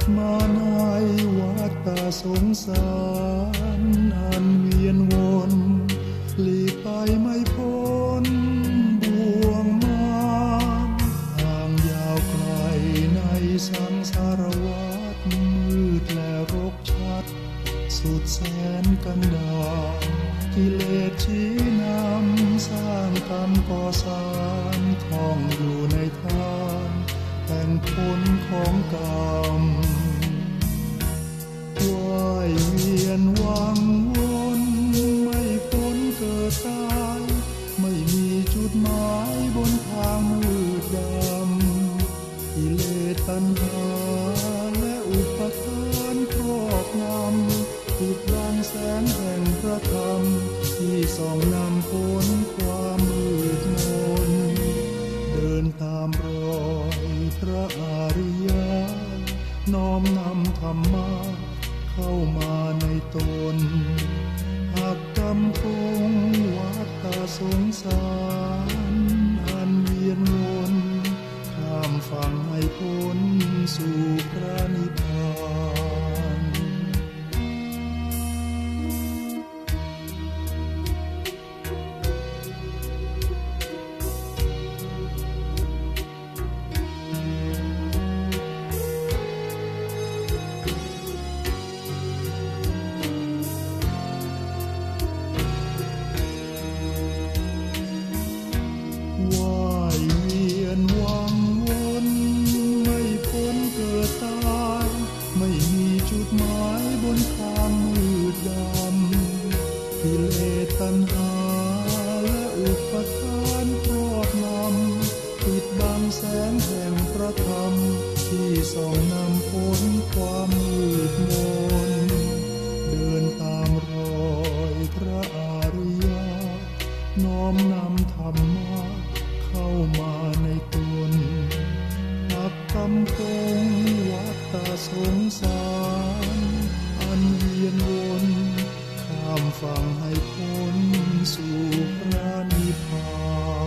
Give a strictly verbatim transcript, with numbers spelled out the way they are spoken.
มาในวัฏสงสารอันเวียนวนหลีกไปไม่พ้นบ่วงมารทางยาวไกลในสังสารวัฏมืดและรกชัดสุดแสนกันดารกิเลสชี้นำสร้างกรรมก่อสร้างท่องอยู่ในทางแห่งผลของกรรมว่ายเวียนวังวนไม่พ้นเกิดตายไม่มีจุดหมายบนทางมืดดำกิเลสตัณหาและอุปทานครอบงำปิดบังแสงแห่งพระธรรมที่ส่องนำพ้นความมืดมนเดินตามรอยพระอริยน้อมนำธรรมะเข้ามาในตนหักกำคงวัฏสงสารอันเวียนวนข้ามฝั่งให้พ้นสู่พระนิพพานว่ายเวียนวังวนไม่พ้นเกิดตายไม่มีจุดหมายบนทางมืดดำกิเลสตัณหาและอุปทานครอบงำปิดบังแสงแห่งพระธรรมที่ส่องนำพ้นความมืดมนเดินตามรอยพระอริยน้อมนำธรรมะเข้ามาในตนหักกำคงวัฏสงสารอันเวียนวนข้ามฝั่งให้พ้นสู่พระนิพพาน